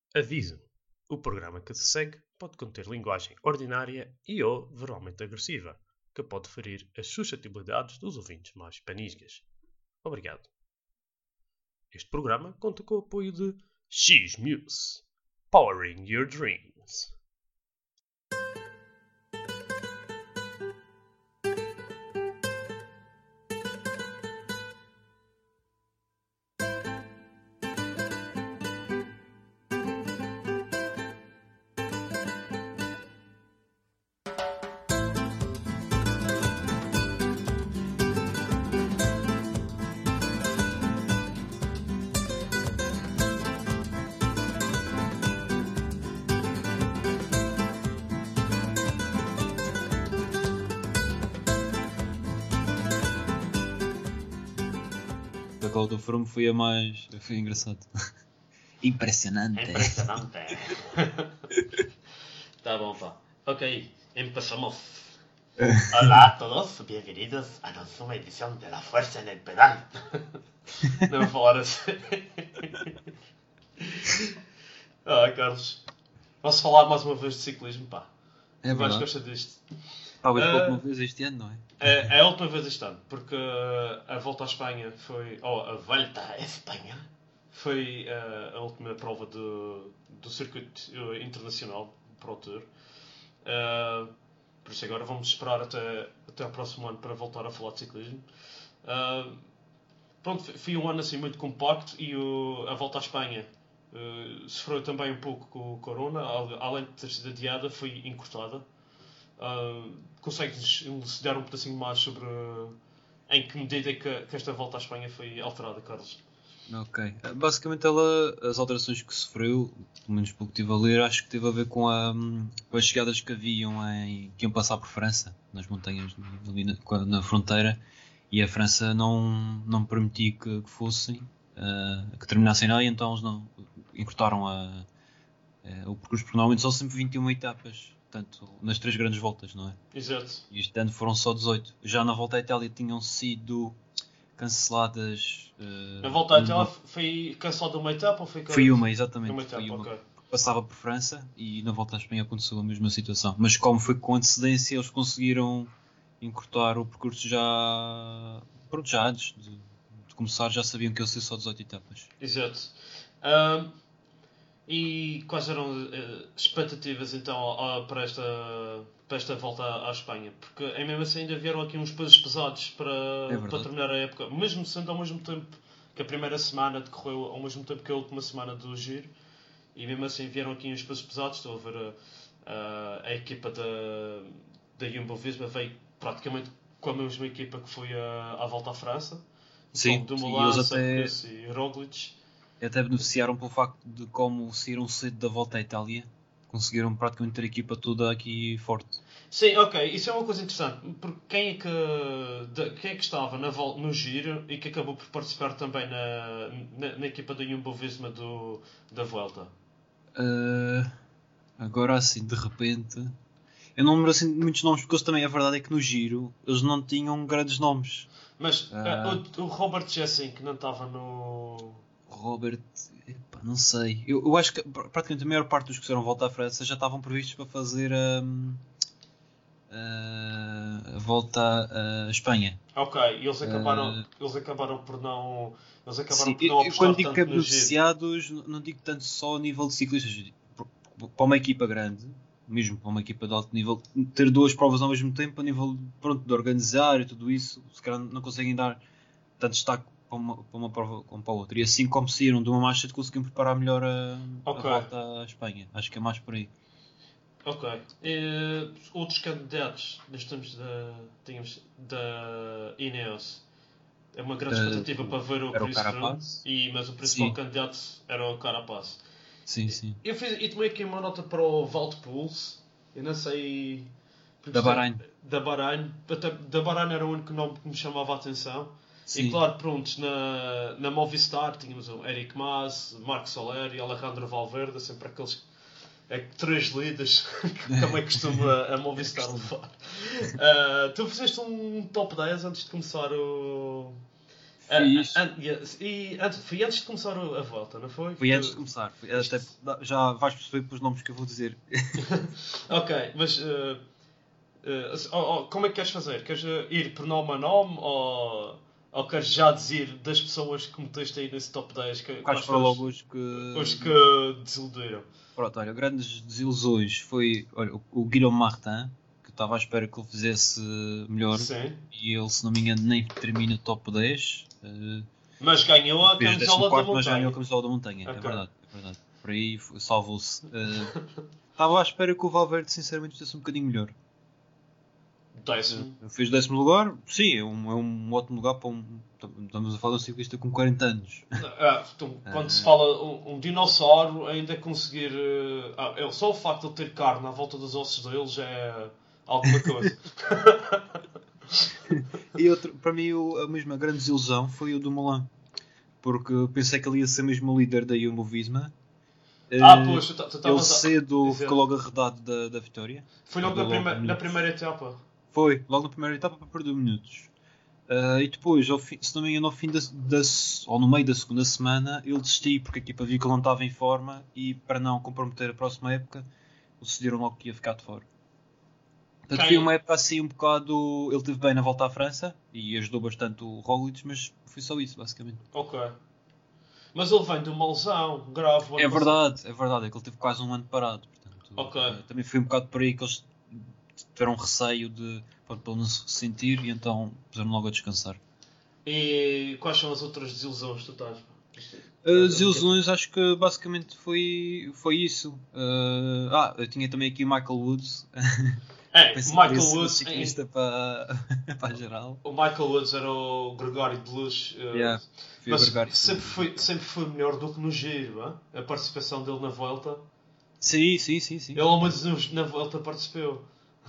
Aviso: o programa que se segue pode conter linguagem ordinária e/ou verbalmente agressiva, que pode ferir as suscetibilidades dos ouvintes mais panisgas. Obrigado. Este programa conta com o apoio de X-Muse, Powering Your Dreams. A Call do From foi a mais. Foi engraçado. Impressionante. Impresionante. Tá bom, pá. Ok, empezamos. Hola a todos, bienvenidos a nueva edición de La Fuerza en el Pedal. Não vou falar assim. Carlos. Vamos falar mais uma vez de ciclismo, pá. É Tu vais verdade. gostar disto. Talvez pela última vez este ano, não é? É a última vez este ano, porque a Volta à Espanha foi... a Volta à Espanha foi a última prova do circuito internacional Pro Tour. Por isso agora vamos esperar até ao próximo ano para voltar a falar de ciclismo. Pronto, foi um ano assim muito compacto e a Volta à Espanha sofreu também um pouco com o Corona, além de ter sido adiada, foi encurtada. Consegues elucidar um pedacinho mais sobre em que medida é que esta Volta à Espanha foi alterada, Carlos? Ok. Basicamente as alterações que sofreu, pelo menos pelo que estive a ler, acho que teve a ver com as chegadas que haviam que iam passar por França, nas montanhas ali na fronteira, e a França não permitia que fossem, que terminassem lá, e então eles não encurtaram o percurso, porque normalmente são sempre 21 etapas. Portanto, nas 3 grandes voltas, não é? Exato. E este ano foram só 18. Já na Volta à Itália tinham sido canceladas... Na Volta à Itália foi cancelada uma etapa ou foi... Foi uma, exatamente. Uma etapa, foi uma. ok. Passava por França e na Volta à Espanha aconteceu a mesma situação. Mas como foi com antecedência, eles conseguiram encurtar o percurso já... Pronto, já antes de começar já sabiam que ia ser só 18 etapas. Exato. E quais eram expectativas então para esta volta à Espanha? Porque mesmo assim ainda vieram aqui uns pesos pesados para terminar a época, mesmo sendo ao mesmo tempo que a primeira semana decorreu ao mesmo tempo que a última semana do Giro, e mesmo assim vieram aqui uns pesos pesados. Estou a ver a equipa da Jumbo-Visma veio praticamente com a mesma equipa que foi à Volta à França. Sim, Dumoulin, e eles até... e Roglic. Até beneficiaram pelo facto de como saíram cedo da Volta à Itália, conseguiram praticamente ter a equipa toda aqui forte. Sim, ok, isso é uma coisa interessante, porque quem é que estava no Giro e que acabou por participar também na equipa da Jumbo-Visma da Vuelta? Agora assim, de repente... Eu não lembro assim de muitos nomes, porque eles também, a verdade é que no Giro eles não tinham grandes nomes. Mas o Robert Jessing, que não estava no... Robert, não sei. Eu acho que praticamente a maior parte dos que fizeram Volta à França já estavam previstos para fazer a Volta à Espanha. Ok, e eles acabaram por não... Sim, por não eu quando digo apostar que é tanto no Giro. beneficiados, não digo tanto só a nível de ciclistas. Para uma equipa grande, mesmo para uma equipa de alto nível, ter 2 provas ao mesmo tempo, a nível de organizar e tudo isso, se calhar não conseguem dar tanto destaque para uma prova como para a outra. E assim como saíram de uma mais cedo, conseguiram preparar melhor a Volta à Espanha. Acho que é mais por aí. Ok. Outros candidatos, nós tínhamos da Ineos. É uma grande expectativa para ver o Chris Froome, mas o principal candidato era o Carapaz. Sim. Eu tomei aqui uma nota para o Wout Poels. Eu não sei... Da Bahrein. Da Bahrein era o único nome que me chamava a atenção. Sim. E claro, pronto, na Movistar tínhamos o Eric Mas, Marco Soler e Alejandro Valverde, sempre aqueles 3 líderes que também costuma a Movistar levar. Tu fizeste um top 10 antes de começar o... Fiz. Foi antes de começar a volta, não foi? Foi antes de começar. Até, já vais perceber pelos nomes que eu vou dizer. Ok, mas como é que queres fazer? Queres ir por nome a nome ou queres já dizer das pessoas que meteste aí nesse top 10? Quais foram logo os que desiludiram? Pronto, olha, grandes desilusões foi o Guillaume Martin, que estava à espera que ele fizesse melhor. Sim. E ele, se não me engano, nem termina top 10. Mas ganhou a camisola da montanha. Mas ganhou a camisola da montanha, Okay. É verdade. Por aí salvou-se. Estava à espera que o Valverde, sinceramente, fizesse um bocadinho melhor. Décimo. Fez 10º lugar, sim, é um ótimo lugar para estamos a falar de um ciclista com 40 anos. Quando se fala um dinossauro, ainda conseguir. Só o facto de ele ter carne à volta dos ossos dele já é alguma coisa. E outro, para mim, a mesma grande desilusão foi o do Molan, porque eu pensei que ele ia ser mesmo o líder da Jumbo-Visma. Pois, ele cedo ficou logo arredado da vitória. Foi logo na primeira etapa. Foi, logo na primeira etapa para perder minutos. E depois, se não me engano, ao fim ou no meio da segunda semana, ele desistiu porque a equipa viu que ele não estava em forma e para não comprometer a próxima época, decidiram logo que ia ficar de fora. Portanto, foi uma época assim um bocado... Ele esteve bem na volta à França e ajudou bastante o Roglic, mas foi só isso, basicamente. Ok. Mas ele vem de uma lesão grave. É verdade, é que ele teve quase um ano parado. Portanto, também foi um bocado por aí que eles tiveram receio de não se sentir e então puseram logo a descansar. E quais são as outras desilusões que tu estás? As desilusões acho que basicamente foi isso. Eu tinha também aqui o Michael Woods. Michael Woods ciclista para a geral. O Michael Woods era o Gregório de Luz. Mas sempre foi melhor do que no giro, a participação dele na volta. Sim. Ele ao menos na volta participou.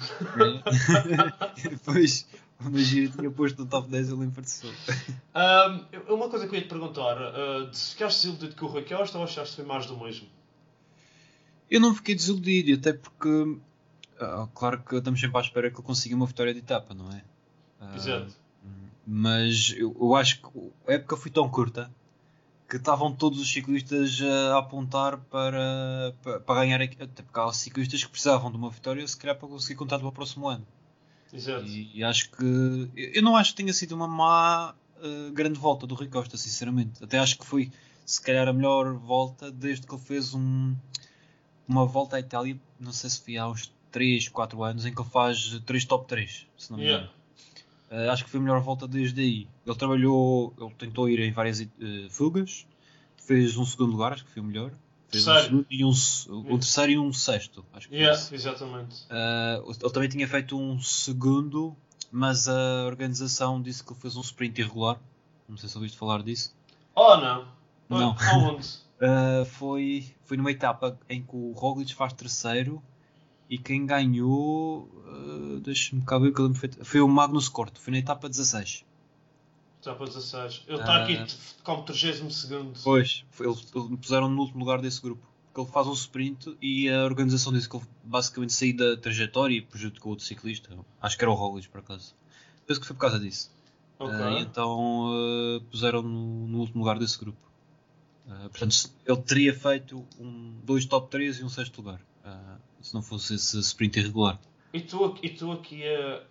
Depois o giro tinha posto no top 10 e ele nem participou. Uma coisa que eu ia te perguntar, ficaste desiludido com o Rui Costa ou achaste que foi mais do mesmo? Eu não fiquei desiludido, até porque claro que estamos sempre à espera que ele consiga uma vitória de etapa, não é? Exato. Mas eu acho que a época foi tão curta que estavam todos os ciclistas a apontar para ganhar, até porque há ciclistas que precisavam de uma vitória se calhar para conseguir contar para o próximo ano. Exato. E acho que eu não acho que tenha sido uma má grande volta do Rui Costa, sinceramente. Até acho que foi se calhar a melhor volta desde que ele fez uma volta à Itália, não sei se foi há uns 3, 4 anos, em que ele faz 3 top 3, se não me engano. Acho que foi a melhor volta desde aí. Ele tentou ir em várias fugas, fez um segundo lugar, acho que foi o melhor. Fez um segundo e um terceiro e um sexto, acho que foi. Exatamente. Ele também tinha feito um segundo, mas a organização disse que ele fez um sprint irregular. Não sei se ouviste falar disso. Não. Não. Aonde? Foi numa etapa em que o Roglic faz terceiro e quem ganhou, deixa-me cá ver o que eu lembro, foi o Magnus Cort, foi na etapa 16. Etapa 16. Ele está aqui como 32º. Pois, eles puseram no último lugar desse grupo. Porque ele faz um sprint e a organização disse que ele basicamente saiu da trajetória e prejudicou outro ciclista. Acho que era o Roglic, por acaso. Penso que foi por causa disso. Então puseram no último lugar desse grupo. Portanto, ele teria feito 2 top 3 e um sexto lugar. Se não fosse esse sprint irregular. E estou aqui a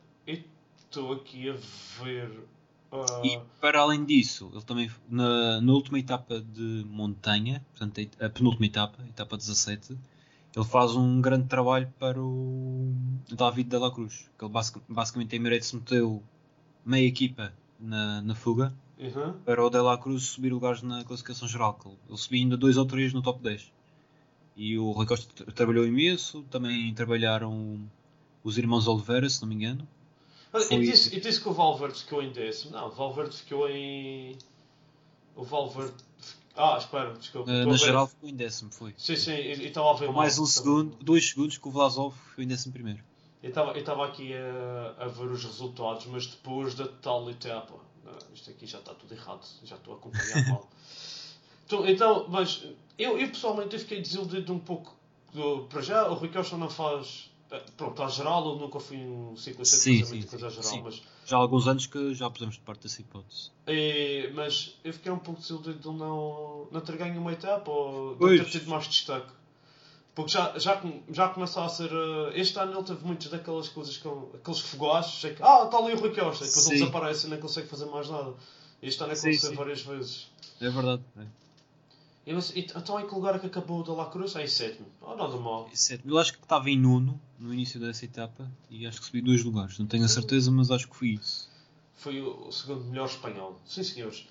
ver. E para além disso, ele também na última etapa de montanha, portanto a penúltima etapa 17, ele faz um grande trabalho para o David de la Cruz, que ele basicamente em Emirates meteu meia equipa na fuga para o de la Cruz subir lugares na classificação geral. Ele subia ainda 2 ou 3 no top 10. E o Rui Costa trabalhou imenso, também trabalharam os irmãos Oliveira, se não me engano. E disse que o Valverde ficou em 10º. Não, o Valverde ficou em... espera, desculpa. Na geral ficou em 10º, foi. Sim, e estava a ver mais 2 segundos que o Vlasov ficou em 11º. Eu estava aqui a ver os resultados, mas depois da tal etapa. Isto aqui já está tudo errado, já estou a acompanhar mal. Então, mas eu pessoalmente fiquei desiludido um pouco. Para já, o Rui Costa não faz Pronto, à geral, eu nunca fui um ciclista que Sim, fazia muita coisa à geral, sim. mas... Já há alguns anos que já pusemos de parte essa hipótese. Mas eu fiquei um pouco desiludido de ele não ter ganho uma etapa ou de Pois. ter tido mais destaque. Porque já começou a ser. Este ano ele teve muitas daquelas coisas, aqueles fogachos, é que, está ali o Rui Costa, e depois Sim. ele desaparece e nem consegue fazer mais nada. Este ano aconteceu várias vezes. É verdade. Então em que lugar é que acabou o da La Cruz? Em sétimo. Nada mal. Eu acho que estava em nono no início dessa etapa e acho que subi 2 lugares. Não tenho a certeza, mas acho que foi isso. Foi o segundo melhor espanhol. Sim, senhores.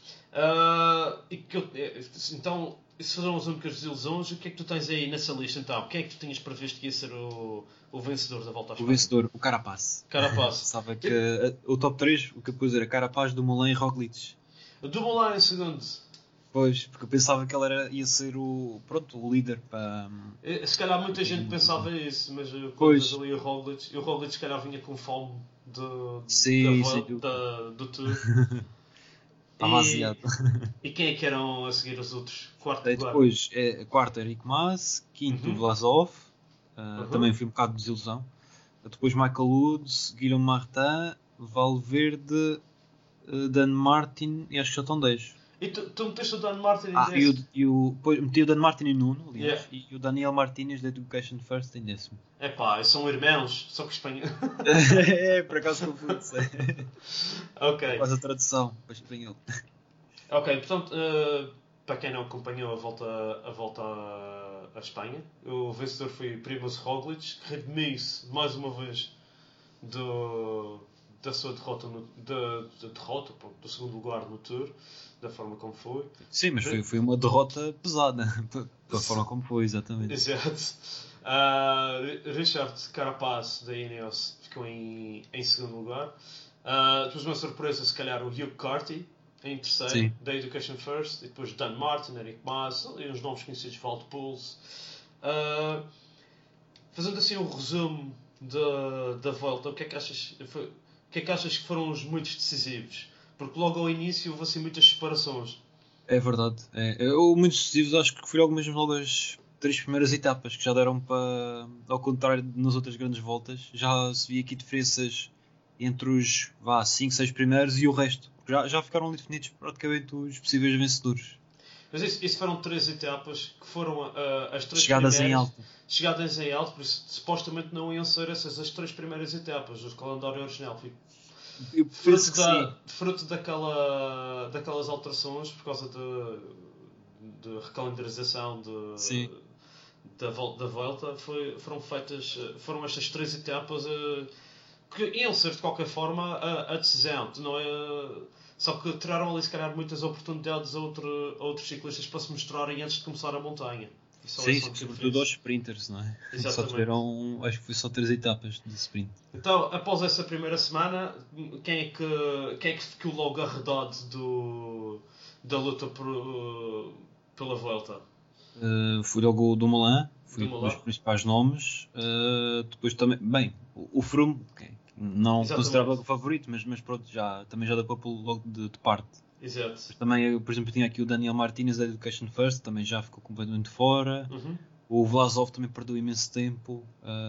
Então, se foram as únicas desilusões, o que é que tu tens aí nessa lista então? Quem é que tu tinhas previsto que ia ser o vencedor da Volta à Espanha? O vencedor, o Carapaz. Carapaz. que o top 3, o que eu pus era Carapaz, Dumoulin e Roglic. O Dumoulin em segundo. Pois, porque eu pensava que ele ia ser o líder para... Se calhar muita gente pensava isso, mas pois. Ali o Roglic se calhar vinha com fome do Tour. Estava aziado. E quem é que eram a seguir os outros? Quarto lugar? Depois, quarto Henrique Mas, quinto Vlasov, também foi um bocado de desilusão. Depois Michael Woods, Guilherme Martin, Valverde, Dan Martin e acho que já estão 10. E tu meteste o Dan Martin em 10? Meti o Dan Martin em nono, aliás, Yeah. e o Daniel Martínez da Education First em 10º. São irmãos, só que espanhol. Por acaso não pude ser. Ok. Faz a tradução para espanhol. Ok, portanto, para quem não acompanhou a volta à Espanha, o vencedor foi Primož Roglic, que redimiu-se mais uma vez da sua derrota, do segundo lugar no Tour, da forma como foi. Sim, mas foi uma derrota pesada, da forma como foi, exatamente. Exato. Richard Carapaz, da Ineos, ficou em segundo lugar. Depois uma surpresa, se calhar, o Hugh Carty, em terceiro, Sim. da Education First, e depois Dan Martin, Eric Mas, e uns nomes conhecidos, Walt Puls. Fazendo assim um resumo da volta, o que é que achas que foram os momentos decisivos? Porque logo ao início houve assim muitas separações. É verdade. Muitos decisivos, acho que foi logo as 3 primeiras etapas, que já deram para, ao contrário de nas outras grandes voltas, já se via aqui diferenças entre os 5, 6 primeiros e o resto. Já ficaram ali definidos praticamente os possíveis vencedores. Mas isso foram 3 etapas que foram as 3 chegadas primeiras, em alta. Chegadas em alta, por isso supostamente não iam ser essas as 3 primeiras etapas do calendário original. Fruto daquelas alterações por causa de recalendarização da volta, foram estas 3 etapas que iam ser de qualquer forma a decisão, não é? Só que tiraram ali se calhar muitas oportunidades a outros ciclistas para se mostrarem antes de começar a montanha. Sim, sobretudo aos sprinters, não é? Exatamente. Acho que foi só 3 etapas de sprint. Então, após essa primeira semana, quem é que ficou logo arredado da luta pela volta? Foi logo o Dumoulin, foi os principais nomes. Depois também, bem, o Froome, não considerava o favorito, mas pronto, também já deu para pôr logo de parte. Exato. Mas também, eu, por exemplo, tinha aqui o Daniel Martínez da Education First, também já ficou completamente fora. O Vlasov também perdeu imenso tempo.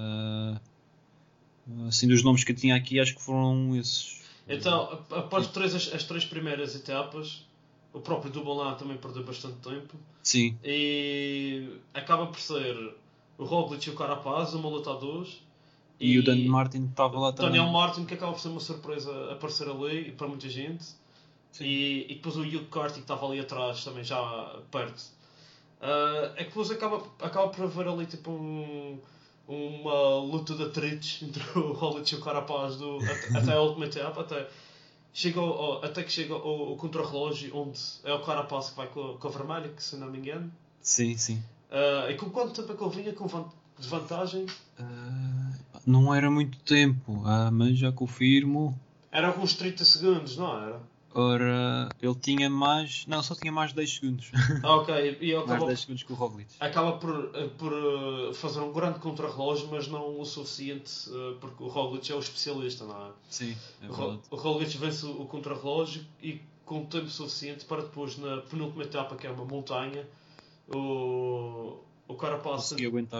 Assim, dos nomes que eu tinha aqui, acho que foram esses. Então, após as 3 primeiras etapas, o próprio Dumoulin também perdeu bastante tempo. Sim. E acaba por ser o Roglic e o Carapaz, uma luta a 2. E o Daniel Martin estava lá também. Daniel Martin, que acaba por ser uma surpresa aparecer ali para muita gente. E depois o Hugh Carty, que estava ali atrás, também já perto. É que depois acaba por haver ali tipo uma luta de atritos entre o Roglic e o Carapaz até a última etapa, até que chega o contrarrelógio, onde é o Carapaz que vai com a vermelha, que se não me engano. Sim. E com quanto tempo é que ele vinha com desvantagem? Não era muito tempo, mas já confirmo. Era alguns 30 segundos, não era? Ora, ele tinha mais... Não, só tinha mais de 10 segundos. Ok. E mais de 10 segundos que o Roglic. Acaba por fazer um grande contrarrelógio, mas não o suficiente, porque o Roglic é o especialista, não é? Sim, é verdade. O Roglic vence o contrarrelógio e com tempo suficiente para depois, na penúltima etapa, que é uma montanha, o Carapaz conseguiu aguentar-se.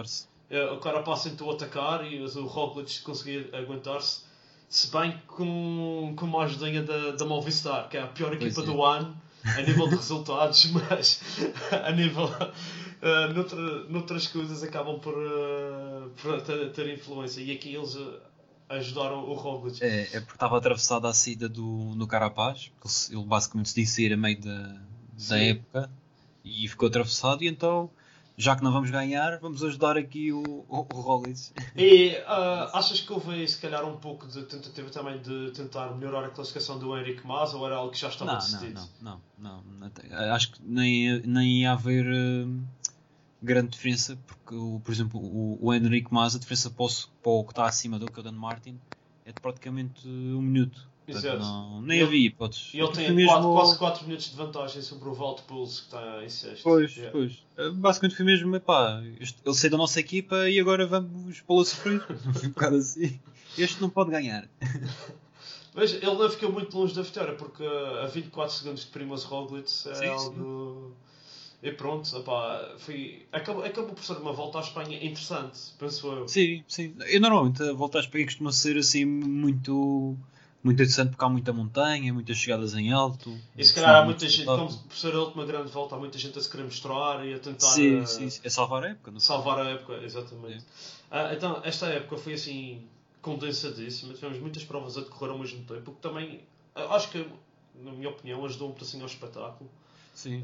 O Carapaz tentou atacar e o Roglic conseguiu aguentar-se. Se bem com uma ajudinha da Movistar, que é a pior equipa do ano a nível de resultados, mas a nível noutras coisas acabam por ter influência. E aqui eles ajudaram o Roglic. É porque estava atravessada a saída do Carapaz, porque ele basicamente se disse ir a meio da época e ficou atravessado, e então, já que não vamos ganhar, vamos ajudar aqui o Roglic. E achas que houve se calhar um pouco de tentativa também de tentar melhorar a classificação do Henrique Mas, ou era algo que já estava decidido? Não. Acho que nem ia haver grande diferença, porque, por exemplo, o Henrique Mas, a diferença para o que está acima do que o Dan Martin é de praticamente 1 minuto. Exato. Nem havia hipóteses. E ele tem quase 4 minutos de vantagem sobre o Walt Puls, que está em sexto. Pois. Basicamente foi mesmo, ele saiu da nossa equipa e agora vamos pô-lo a sofrer. Um bocado assim. Este não pode ganhar. Mas ele não ficou muito longe da vitória, porque a 24 segundos de Primoz Roglic algo... E pronto, acabou por ser uma volta à Espanha interessante, penso eu. Sim. Eu normalmente a volta à Espanha costuma ser assim muito interessante, porque há muita montanha, muitas chegadas em alto. E se calhar há muita gente, como por ser a última grande volta, há muita gente a se querer mostrar e a tentar... Sim. É salvar a época, não? Salvar a época, exatamente. Então, esta época foi assim condensadíssima, tivemos muitas provas a decorrer ao mesmo tempo, o que também, acho que, na minha opinião, ajudou um pedacinho ao espetáculo. Sim.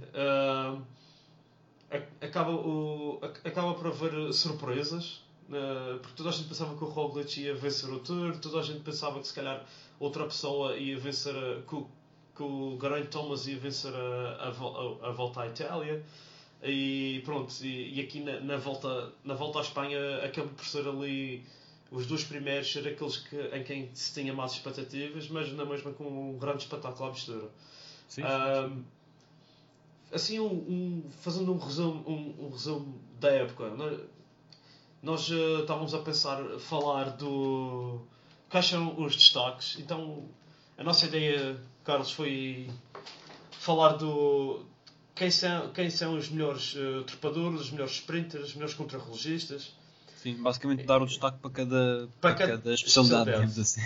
Acaba por haver surpresas, porque toda a gente pensava que o Roglic ia vencer o Tour, toda a gente pensava que se calhar outra pessoa ia vencer, que o Geraint Thomas ia vencer a volta à Itália, e pronto, e aqui na volta à Espanha acabou por ser ali os dois primeiros ser aqueles em quem se tinha mais expectativas, mas na mesma com um grande espetáculo à mistura. Sim. Assim, fazendo um resumo da época, nós estávamos a falar do quais são os destaques. Então, a nossa ideia, Carlos, foi falar do quem são os melhores trepadores, os melhores sprinters, os melhores contrarrelogistas. Sim, basicamente dar o destaque para cada especialidade, digamos assim.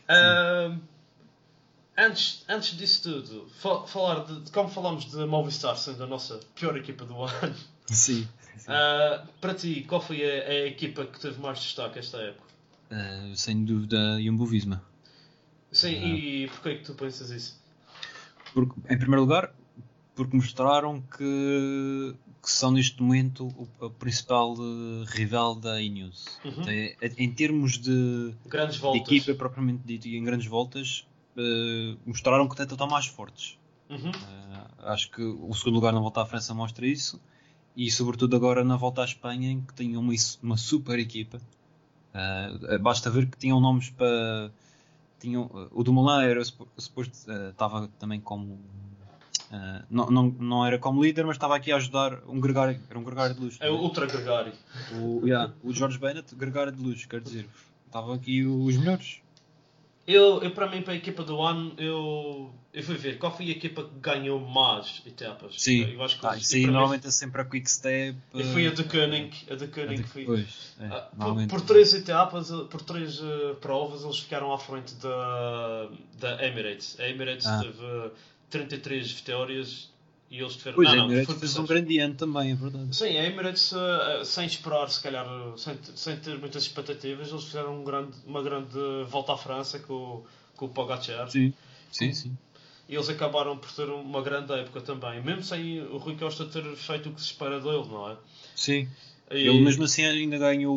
Antes disso tudo, falar de como falámos de Movistar sendo a nossa pior equipa do ano. Sim. Para ti, qual foi a equipa que teve mais destaque esta época? Sem dúvida, Jumbo-Visma. Sim, e porquê é que tu pensas isso? Porque, em primeiro lugar, porque mostraram que são neste momento o principal rival da Ineos. Uhum. Em termos de equipa propriamente dito e em grandes voltas, mostraram que até estão mais fortes. Uhum. Acho que o segundo lugar na volta à França mostra isso, e sobretudo agora na volta à Espanha, em que tinham uma super equipa. Basta ver que tinham nomes para... o Dumoulin era suposto, estava também como... não era como líder, mas estava aqui a ajudar um Gregário de luxo. É o Ultra Gregário. O George Bennett, Gregário de luxo, quer dizer, estavam aqui os melhores. Eu para mim, para a equipa do ano, eu fui ver qual foi a equipa que ganhou mais etapas. Sim, eu acho que isso aí normalmente é sempre a Quick Step. E foi a de Koenig. Foi. Pois, por 3 etapas, por 3 provas, eles ficaram à frente da Emirates. A Emirates teve 33 vitórias e eles tiveram... Pois, a Emirates fez um grande ano também, é verdade. Sim, a Emirates, sem esperar, se calhar, sem ter muitas expectativas, eles fizeram uma grande volta à França com o Pogacar. Sim. E eles acabaram por ter uma grande época também, mesmo sem o Rui Costa ter feito o que se espera dele, não é? Sim. Ele mesmo assim ainda ganhou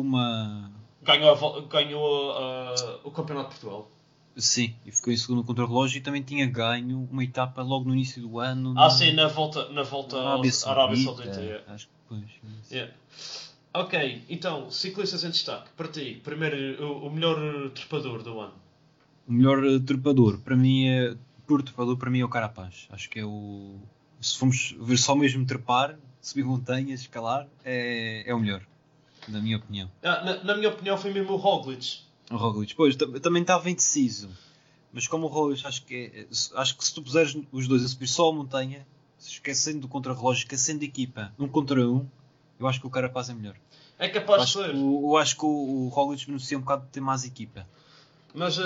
Ganhou o Campeonato de Portugal. Sim, e ficou em segundo no contrarrelógio, e também tinha ganho uma etapa logo no início do ano. Sim, na volta à Arábia Saudita. Acho que depois. Yeah. Ok, então, ciclistas em destaque. Para ti, primeiro, o melhor trepador do ano. O melhor trepador, para mim é... Por trepador, para mim é o Carapaz. Acho que é o... Se formos ver só mesmo trepar, subir montanhas, escalar, é o melhor. Na minha opinião. Na minha opinião foi mesmo o Roglic. O Roglic, pois, também estava indeciso. Mas como o Roglic, acho que se tu puseres os dois a subir só a montanha, esquecendo do contrarrelógio, esquecendo de equipa, 1 contra 1, Eu acho que o Carapaz é melhor. É capaz de ser. Eu acho que o Roglic beneficia um bocado de ter mais equipa. Mas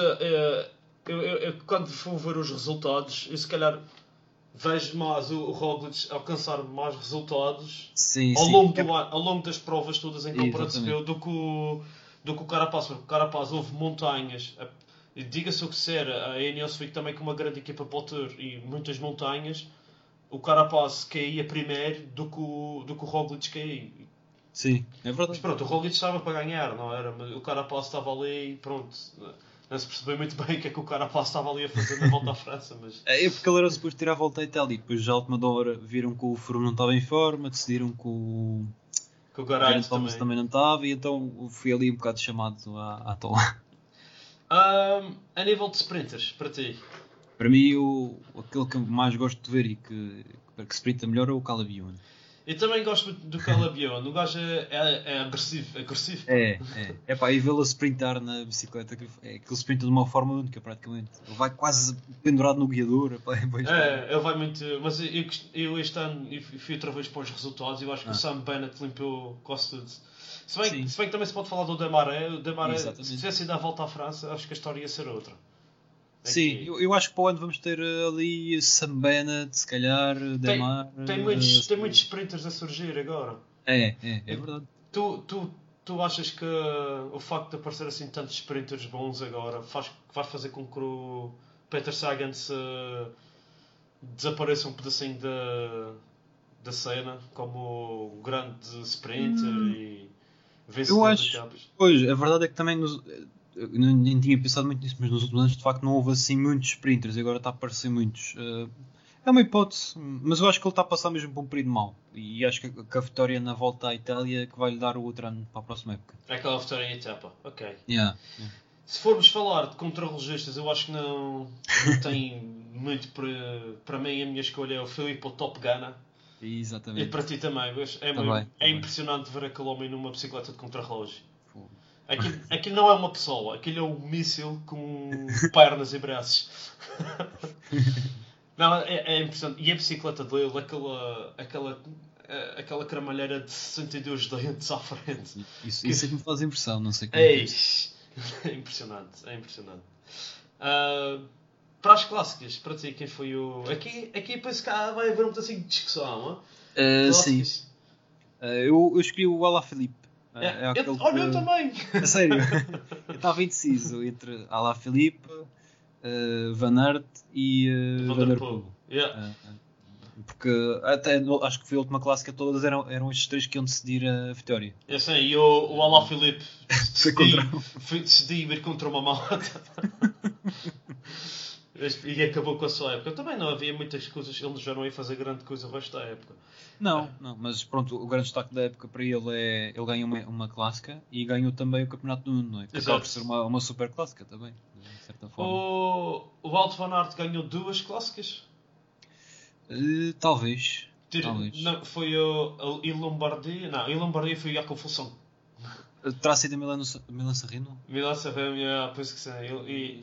eu quando for ver os resultados, eu se calhar vejo mais o Roglic alcançar mais resultados ao longo das provas todas em que ele participou do que o Carapaz. Porque o Carapaz houve montanhas, e diga-se o que ser, a Ineos foi também com uma grande equipa para o Tour e muitas montanhas. O Carapaz caía primeiro do que o Roglic caía. Sim, é verdade. Mas pronto, o Roglic estava para ganhar, não era? Mas o Carapaz estava ali e pronto. Não se percebeu muito bem o que é que o Carapaz estava ali a fazer na volta à França. Mas... É porque ele era suposto tirar a volta à Itália e depois já à última hora viram que o Froome não estava em forma, decidiram que o Geraint também não estava e então fui ali um bocado chamado à toa. A nível de sprinters, para ti? Para mim, aquele que eu mais gosto de ver e que sprinta melhor é o Calabione. Eu também gosto muito do Calabione. O gajo é agressivo. É pá, e vê-lo sprintar na bicicleta, que ele sprinta de uma forma única praticamente. Ele vai quase pendurado no guiador. Ele vai muito. Mas eu este ano fui outra vez para os resultados e eu acho que o Sam Bennett limpou quase tudo. Se bem que também se pode falar do Demaré. O Demaré, se tivesse ido à volta à França, acho que a história ia ser outra. Sim, eu acho que para o ano vamos ter ali Sam Bennett, se calhar, Demar... Tem muitos sprinters a surgir agora. É verdade. Tu achas que o facto de aparecer assim tantos sprinters bons agora vai fazer com que o Peter Sagan desapareça um pedacinho da cena como o grande sprinter e vencedor de etapas? Pois, a verdade é que também eu nem tinha pensado muito nisso, mas nos últimos anos de facto não houve assim muitos sprinters e agora está a aparecer muitos. É uma hipótese, mas eu acho que ele está a passar mesmo por um período mau e acho que a vitória na volta à Itália é que vai lhe dar o outro ano para a próxima época. É aquela vitória em etapa, ok. Yeah. Se formos falar de contrarrelogistas, eu acho que não tem muito para mim. A minha escolha é o Filipe ou Top Gunner. Exatamente. E para ti também, é impressionante ver aquele homem numa bicicleta de contrarrelógio. Aquilo não é uma pessoa, aquilo é um míssil com pernas e braços. Não, é impressionante. E a bicicleta dele, aquela cramalheira de 62 dentes à frente. Isso é que me faz impressão, não sei como é impressionante. Para as clássicas, para ti, quem foi o... Aqui penso que vai haver um pedacinho de discussão, sim. Eu escolhi o Alaphilippe. Eu também! A sério, eu estava indeciso entre Alaphilippe, Van Aert e Van der Poel. Porque até acho que foi a última clássica, todas eram estes três que iam decidir a vitória. Eu sei, e o Alaphilippe decidi ir contra uma malta. E acabou com a sua época. Também não havia muitas coisas, eles já não iam fazer grande coisa o resto da época. Não, mas pronto, o grande destaque da época para ele é ele ganhou uma clássica e ganhou também o Campeonato do Mundo, não é? Que acaba por ser uma super clássica também, de certa forma. O Wout van Aert ganhou 2 clássicas? Talvez. Não, foi o Lombardia. Não, em Lombardia foi a confusão. Terá sido Milan Sanremo? Milan Sanremo, penso que sim.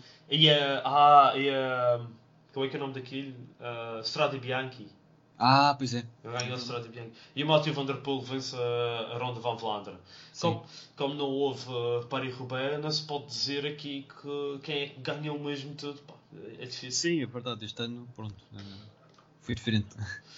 Como é que é o nome daquilo? Strade Bianchi. Pois é. Ganhou a Strade Bianchi. E o Mathieu Van Der Poel vence a Ronde van Vlaanderen. Como não houve Paris-Roubaix, não se pode dizer aqui que quem é que ganhou mesmo tudo. Pá, é difícil. Sim, é verdade. Este ano, pronto, foi diferente.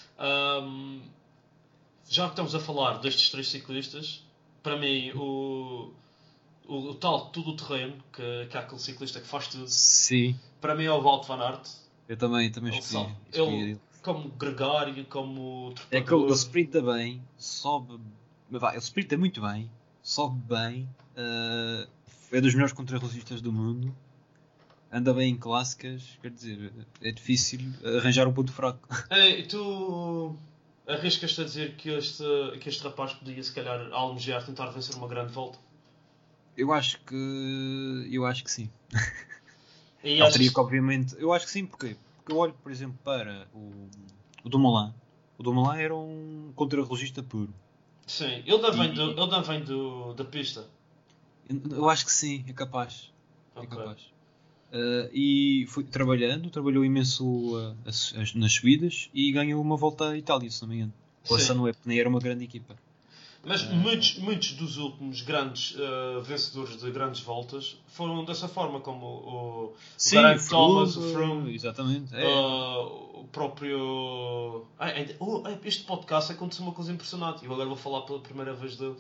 Já que estamos a falar destes 3 ciclistas, para mim o tal tudo o terreno, que é aquele ciclista que faz tudo. Sim. Para mim é o Wout van Aert. Eu também escolhi ele. Como gregário, como trepador. É que ele sprinta bem, sobe... Ele sprinta muito bem, sobe bem, é dos melhores contrarrelogistas do mundo, anda bem em clássicas, quer dizer, é difícil arranjar um ponto fraco. Tu arriscas-te a dizer que este rapaz podia se calhar almejar tentar vencer uma grande volta? Eu acho que sim. E teria que, obviamente... Eu acho que sim, porque eu olho, por exemplo, para o Dumoulin. O Dumoulin era um contrarrelogista puro. Sim, ele não vem da pista. Eu acho que sim, é capaz. Okay. É capaz. E trabalhou imenso nas subidas e ganhou uma volta à Itália, se não me engano. Com a Sunweb, nem era uma grande equipa. Mas muitos dos últimos grandes vencedores de grandes voltas foram dessa forma, como o Geraint Thomas, o Froome, exatamente, o próprio... este podcast aconteceu uma coisa impressionante. Eu agora vou falar pela primeira vez do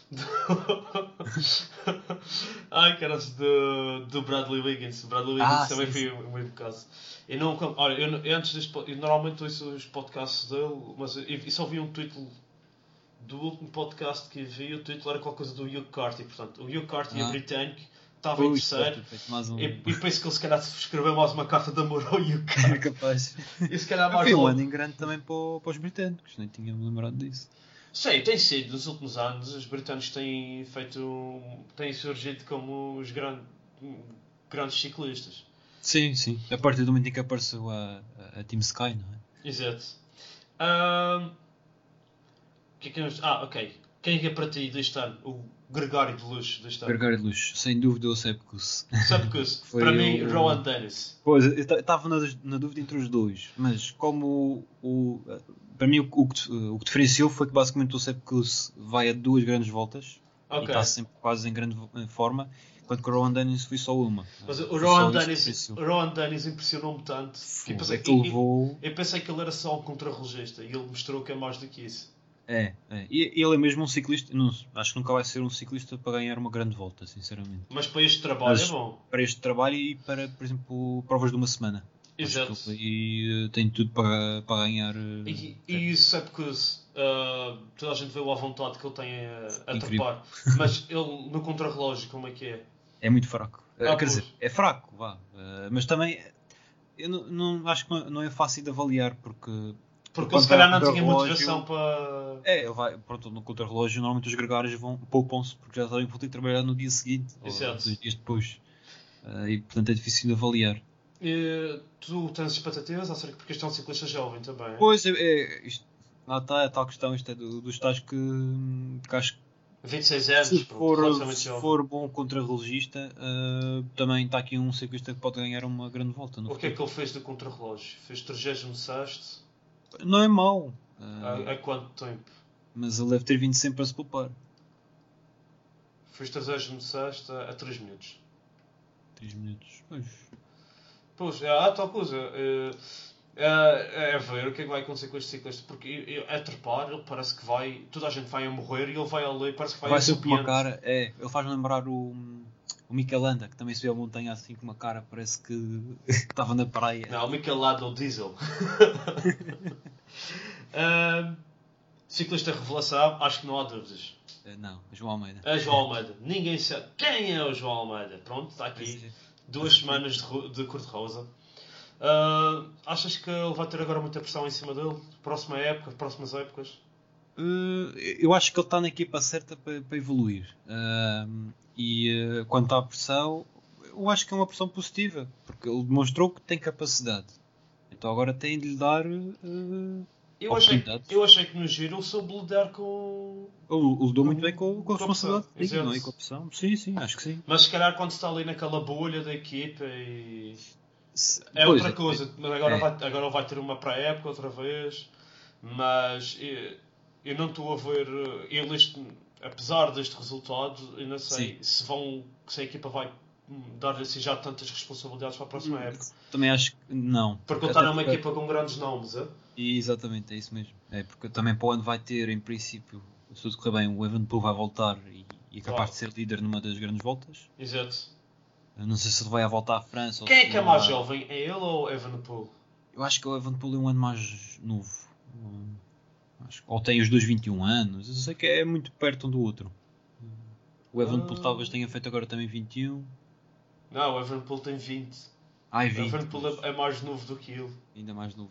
Bradley Wiggins. O Bradley Wiggins também foi o mesmo caso. Eu antes deste, eu normalmente ouço os podcasts dele, mas eu só vi um título do último podcast que vi. O título era qualquer coisa do Hugh Carty. Portanto, o Hugh Carty, a britânico, estava em terceiro. E penso que ele se calhar escreveu mais uma carta de amor ao Hugh Carty. É capaz. E se calhar mais foi um ano em grande também para os britânicos, nem tinha-me lembrado disso. Sei, tem sido, nos últimos anos, os britânicos têm surgido como os grandes ciclistas. Sim. A partir do momento em que apareceu a Team Sky, não é? Exato. Ok. Quem é para ti deste ano? O Gregário de Luxo deste ano? Gregário de Luxo, sem dúvida o Sepp Kuss. Sepp Kuss. Para mim, Rowan Dennis. Pois, eu estava na dúvida entre os dois, mas como para mim o que diferenciou foi que basicamente o Sepp Kuss vai a 2 grandes voltas e está sempre quase em grande forma, enquanto que o Rowan Dennis foi só uma. Mas o Rowan Dennis impressionou-me tanto que eu pensei que ele era só um contrarrelogista e ele mostrou que é mais do que isso. E ele é mesmo um ciclista. Acho que nunca vai ser um ciclista para ganhar uma grande volta, sinceramente. Mas para este trabalho é bom. Para este trabalho e para, por exemplo, provas de uma semana. Exato. E tem tudo para ganhar. E o Sepp Kuss, toda a gente vê-o à vontade que ele tem a trepar. Mas ele no contrarrelógio, como é que é? É muito fraco. Quer dizer, é fraco, vá. Mas também eu não acho que não é fácil de avaliar porque ele se calhar não tinha motivação para... ele vai, pronto, no contrarrelógio normalmente os gregários poupam-se porque já sabem que vão ter que trabalhar no dia seguinte. Exato. Ou 2 dias depois. E portanto é difícil de avaliar. Tu tens expectativas acerca porque este é um ciclista jovem também? Pois, isto, lá está a tal questão, isto é dos tais que acho que 26 anos, se for bom contrarrelogista, também está aqui um ciclista que pode ganhar uma grande volta. O que é que ele fez de contrarrelógio? Fez 36º? Não é mau. Há quanto tempo? Mas ele deve ter vindo sempre a se poupar. Fez 36º a 3 minutos. 3 minutos, Pois, há tal coisa. É ver o que é que vai acontecer com este ciclista. Porque a trepar, ele parece que vai... Toda a gente vai a morrer e ele vai ali, parece que vai ser com uma cara... Ele faz lembrar o Mikel Landa, que também subiu a montanha assim com uma cara, parece que estava na praia. Não, o Mikel Landa é o Diesel. Ciclista revelação, acho que não há dúvidas. Não, João Almeida. João Almeida. Ninguém sabe quem é o João Almeida. Pronto, está aqui. 2 semanas de cor-de-rosa. Achas que ele vai ter agora muita pressão em cima dele? Próximas épocas? Eu acho que ele está na equipa certa para evoluir. Quanto à pressão, eu acho que é uma pressão positiva, porque ele demonstrou que tem capacidade. Então agora tem de lhe dar eu achei que no giro ele soube lidar com... Ele lidou muito bem com a responsabilidade, não é? Com a pressão. Sim, acho que sim. Mas se calhar quando está ali naquela bolha da equipa e... É outra coisa. Agora vai ter uma pré-época outra vez. Mas eu não estou a ver... apesar deste resultado, eu não sei se a equipa vai dar-lhe assim já tantas responsabilidades para a próxima época. Também acho que não. Porque ele está numa equipa com grandes nomes, é? Exatamente, é isso mesmo. Porque também para o ano vai ter, em princípio, se tudo correr bem, o Evenepoel vai voltar e é capaz de ser líder numa das grandes voltas. Exato. Não sei se ele vai à volta à França. Quem é que é mais jovem? É ele ou o Evenepoel? Eu acho que o Evenepoel é um ano mais novo. Ou tem os dois 21 anos. Eu sei que é muito perto um do outro. O Evenepoel talvez tenha feito agora também 21. Não, o Evenepoel tem 20. 20. O Evenepoel é mais novo do que ele. Ainda mais novo,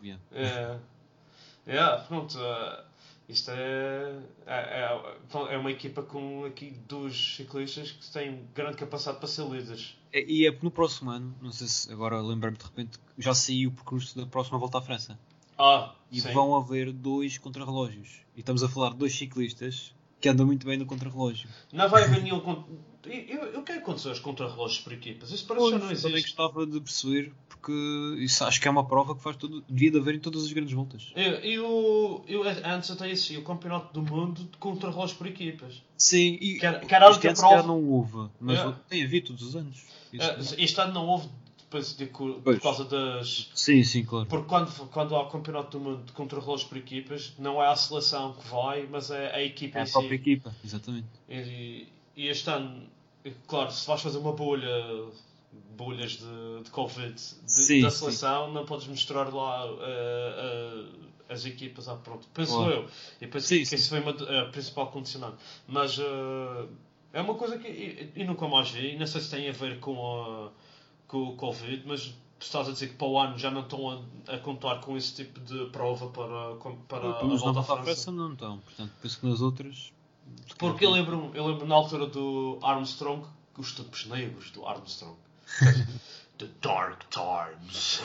pronto. Isto é uma equipa com aqui 2 ciclistas que têm grande capacidade para ser líderes. E é no próximo ano, não sei se agora lembro-me de repente, já saiu o percurso da próxima volta à França. E sim. Vão haver 2 contrarrelógios. E estamos a falar de 2 ciclistas que anda muito bem no contrarrelógio. Não vai haver nenhum... Eu quero acontecer os contrarrelógios por equipas. Isso parece que já não Eu também existe. gostava de perceber, porque isso acho que é uma prova que devia de haver em todas as grandes voltas. Antes até existia o campeonato do mundo de contrarrelógios por equipas. Sim, e Que era a este única ano se prova... calhar não houve, mas tem havido todos os anos. Este ano não houve, depois por causa das... Sim, claro. Porque quando há o campeonato do mundo de contrarrelógios por equipas, não é a seleção que vai, mas é a equipa É em a si. própria equipa, exatamente. E este ano, claro, se vais fazer uma bolhas de Covid da seleção, não podes misturar lá as equipas. Pronto, penso eu. E penso que isso foi a principal condicionante. Mas é uma coisa que eu nunca mais vi, não sei se tem a ver com o Covid, mas estás a dizer que para o ano já não estão a contar com esse tipo de prova para a volta à França? Não estão, portanto, penso que nas outras... Porque eu lembro na altura do Armstrong, os tempos negros do Armstrong. The Dark Times.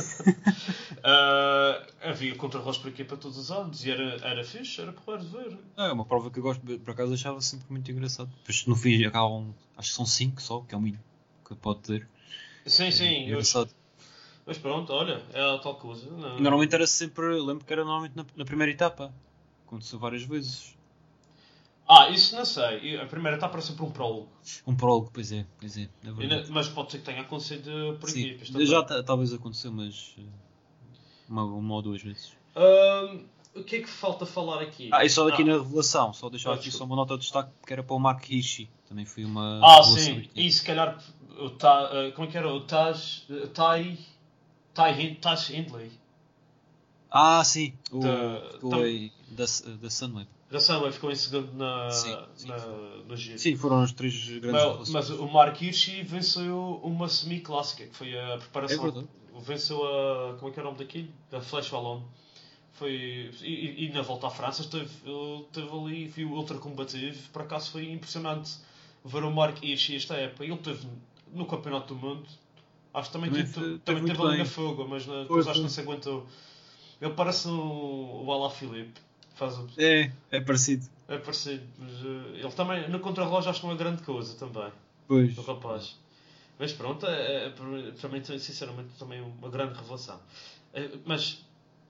Havia contrarrelógios por equipa todos os anos e era fixe, era porreiro de ver. É uma prova que eu gosto, por acaso achava sempre muito engraçado. Depois no fim acabam, acho que são 5 só, que é o mínimo que pode ter. Sim, engraçado. Mas pronto, olha, é a tal coisa. Não. E normalmente era sempre, eu lembro que era normalmente na primeira etapa. Aconteceu várias vezes. Isso não sei. A primeira etapa era sempre um prólogo. Um prólogo, pois é verdade. Mas pode ser que tenha acontecido por equipas também. Já talvez aconteceu, mas uma ou duas vezes. O que é que falta falar aqui? E só aqui na revelação, só deixar aqui só uma nota de destaque, que era para o Mark Hirschi. Também foi uma revelação. Sim. E se calhar, como é que era? O Ty Hindley. Sim. Da Sunweb. Da Sunweb ficou em segundo no giro. Sim, foram os 3 grandes mas o Mark Hirschi venceu uma semi-clássica, que foi a preparação. É verdade. Venceu como é que é o nome daquilo? Da Flash Wallon. E na volta à França teve ali, viu ultra combativo. Por acaso foi impressionante ver o Mark Hirschi esta época. Ele teve no Campeonato do Mundo. Acho que também teve ali na fogo, mas depois acho que não se aguentou. Ele parece o Alaphilippe. É parecido. É parecido, mas ele também, no contrarrelógio, acho que não é grande coisa também. Pois. O rapaz. Mas pronto, para mim, sinceramente, também uma grande revelação. Mas,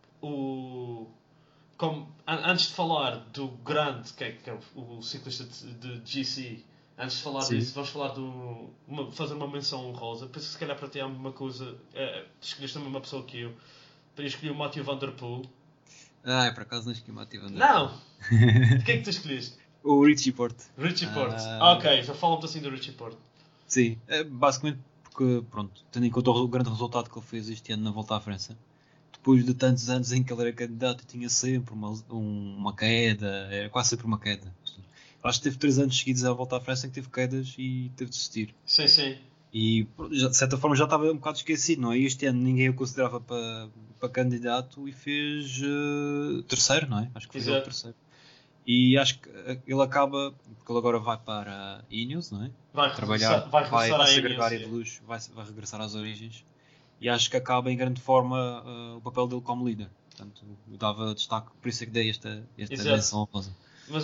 antes de falar do grande, que é o ciclista de GC, antes de falar disso, vamos falar fazer uma menção honrosa. Penso que se calhar para ti há uma coisa, escolheste também uma pessoa que eu escolhi o Mathieu Van Der Poel. Por acaso não escolhi o Mathieu Van Der Poel. Não! De quem é que tu escolheste? O Richie Porte. Richie Porte. Ok, já falamos assim do Richie Porte. Sim, basicamente porque, pronto, tendo em conta o grande resultado que ele fez este ano na Volta à França, depois de tantos anos em que ele era candidato e tinha sempre uma queda, era quase sempre uma queda. Acho que teve 3 anos seguidos à Volta à França em que teve quedas e teve de desistir. Sim. E de certa forma já estava um bocado esquecido, não é? Este ano ninguém o considerava para candidato e fez terceiro, não é? Acho que foi o terceiro. E acho que ele acaba, porque ele agora vai para a Ineos, não é? Vai se agregar de luxo, vai regressar às origens. E acho que acaba em grande forma o papel dele como líder. Portanto, eu dava destaque, por isso é que dei esta menção honrosa. Mas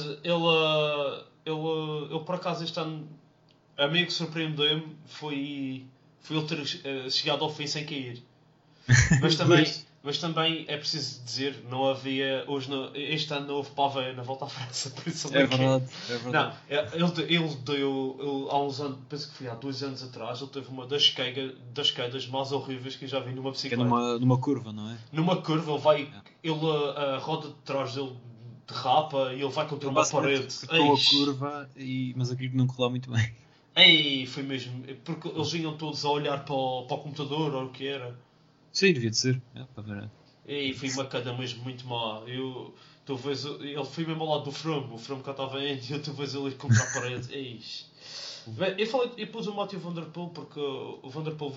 ele por acaso este ano, a mim que surpreendeu-me foi ele ter chegado ao fim sem cair. Mas também é preciso dizer, não havia este ano não houve pavé na Volta à França, por isso é verdade. Não, ele deu há uns anos, penso que foi há 2 anos atrás, ele teve uma das quedas mais horríveis que eu já vi numa bicicleta. Numa curva, não é? Numa curva a roda de trás dele derrapa e ele vai contra uma parede. Com a curva, mas aquilo não correu muito bem. Foi mesmo, porque eles vinham todos a olhar para o computador ou o que era. Sim, devia de ser. Para ver. Foi uma queda mesmo muito má. Ele foi mesmo ao lado do Froome. O Froome cá estava indo e eu talvez ele ir contra a parede. Eu pus o Mathieu Van Der Poel porque o Van Der Poel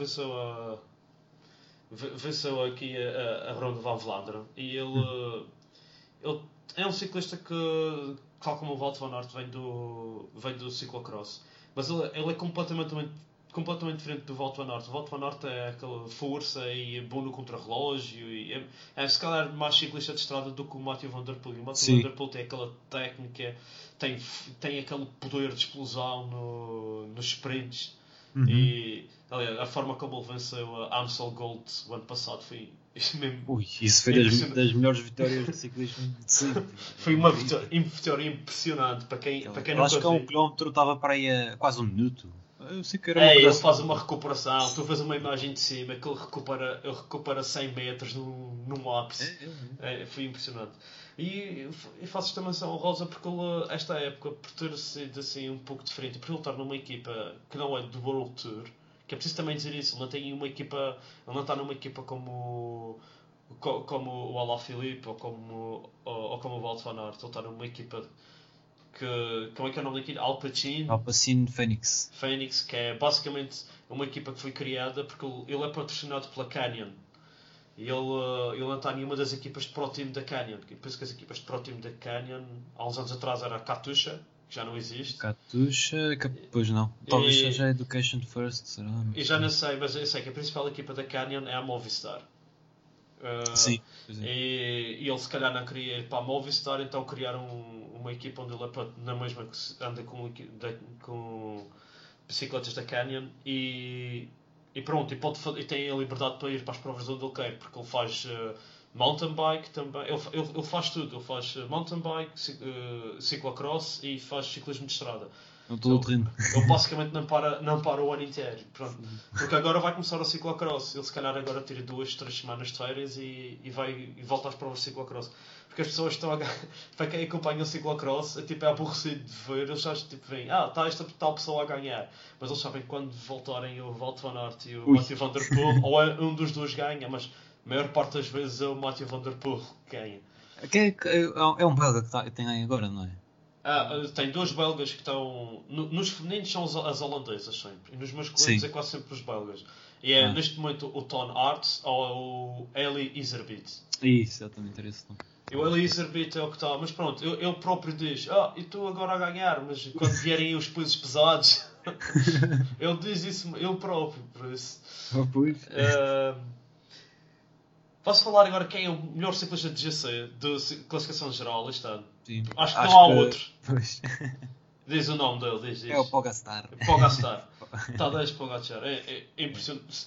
venceu aqui a Ronde van Vlaanderen. E ele é um ciclista que, tal como o Wout van Aert, vem do ciclocross. Mas ele é completamente completamente diferente do Wout van Aert. O Wout van Aert é aquela força e é bom no contrarrelógio e é se calhar mais ciclista de estrada do que o Mathieu Van Der Poel. O Mathieu Van Der Poel tem aquela técnica, tem aquele poder de explosão nos sprints. E aliás, a forma como ele venceu a Amstel Gold o ano passado foi mesmo. Isso foi das melhores vitórias de ciclismo de sempre. Foi uma vitória impressionante para quem não viu. Acho que a 1 km estava para aí a quase 1 minuto. Eu sei que era ele faz uma recuperação, tu vês uma imagem de cima que ele recupera 100 metros num ápice. Foi impressionante. E faço esta menção honrosa porque ele, esta época, por ter sido assim um pouco diferente, por ele estar numa equipa que não é do World Tour, que é preciso também dizer isso, ele não tem uma equipa, ele não está numa equipa como o Alaphilippe ou como o Wout van Aert, ele está numa equipa que, como é que é o nome daquilo? Alpecin Phoenix. Phoenix, que é basicamente uma equipa que foi criada porque ele é patrocinado pela Canyon. E ele não está nenhuma das equipas de Pro Team da Canyon. Eu penso que as equipas de Pro Team da Canyon, há uns anos atrás, era a Katusha, que já não existe. Katusha, pois não. Talvez seja a Education First, será? E já não sei, mas eu sei que a principal equipa da Canyon é a Movistar. Sim. E ele se calhar não queria ir para a Movistar, então criaram uma equipa onde ele é na mesma que anda com bicicletas da Canyon e pronto, e tem a liberdade para ir para as provas onde ele quer, porque ele faz mountain bike também, ele faz tudo, ele faz mountain bike, ciclocross e faz ciclismo de estrada. Ele basicamente não para o ano inteiro. Pronto. Porque agora vai começar o ciclocross. Ele se calhar agora tira 2-3 semanas de férias e volta às provas de ciclocross. Porque as pessoas estão para quem acompanha o ciclocross é aborrecido de ver. Eles já veem, está esta tal pessoa a ganhar. Mas eles sabem que quando voltarem o Wout van Aert e o Mathieu Van Der Poel, ou um dos dois ganha, mas a maior parte das vezes é o Mathieu Van Der Poel que ganha. É um belga que tem agora, não é? Tem dois belgas que estão. Nos femininos são as holandesas sempre. E nos masculinos é quase sempre os belgas. E é neste momento o Ton Arts ou o Eli Iserbyt. Isso, exatamente, era esse nome. E o Eli Iserbyt é o que está. Mas pronto, ele próprio diz: e estou agora a ganhar, mas quando vierem os pesos pesados. Ele diz isso, ele próprio, por isso. Posso falar agora quem é o melhor ciclista de GC, de classificação geral este ano? Sim. Acho que não há outro. Pois. Diz o nome dele, diz. É o Pogacar. Tadej Pogacar. É impressionante.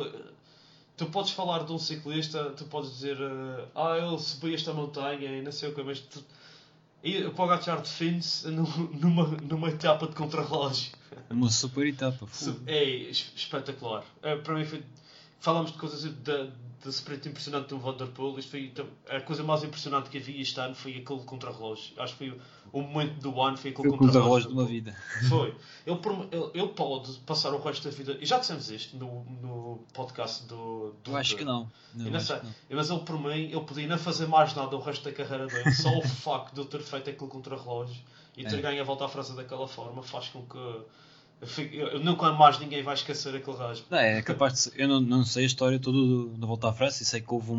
Tu podes falar de um ciclista, tu podes dizer ele subiu esta montanha e não sei o que, mas e o Pogacar define-se numa etapa de contrarrelógio. Uma super etapa. É espetacular. Para mim falamos de coisas de sprint impressionante do Van Der Poel. Isto foi a coisa mais impressionante que havia este ano, foi aquele contrarrelógio. Acho que foi o momento do ano, foi aquele contrarrelógio de uma vida. Foi. Ele pode passar o resto da vida, e já dissemos isto no podcast do eu acho que não. Mas ele, por mim, ele podia não fazer mais nada o resto da carreira dele. Só o facto de ele ter feito aquele contrarrelógio e ter ganho a volta à França daquela forma faz com que nunca mais ninguém vai esquecer aquele rasgo. É capaz de ser. Eu não sei a história toda da volta à França e sei que houve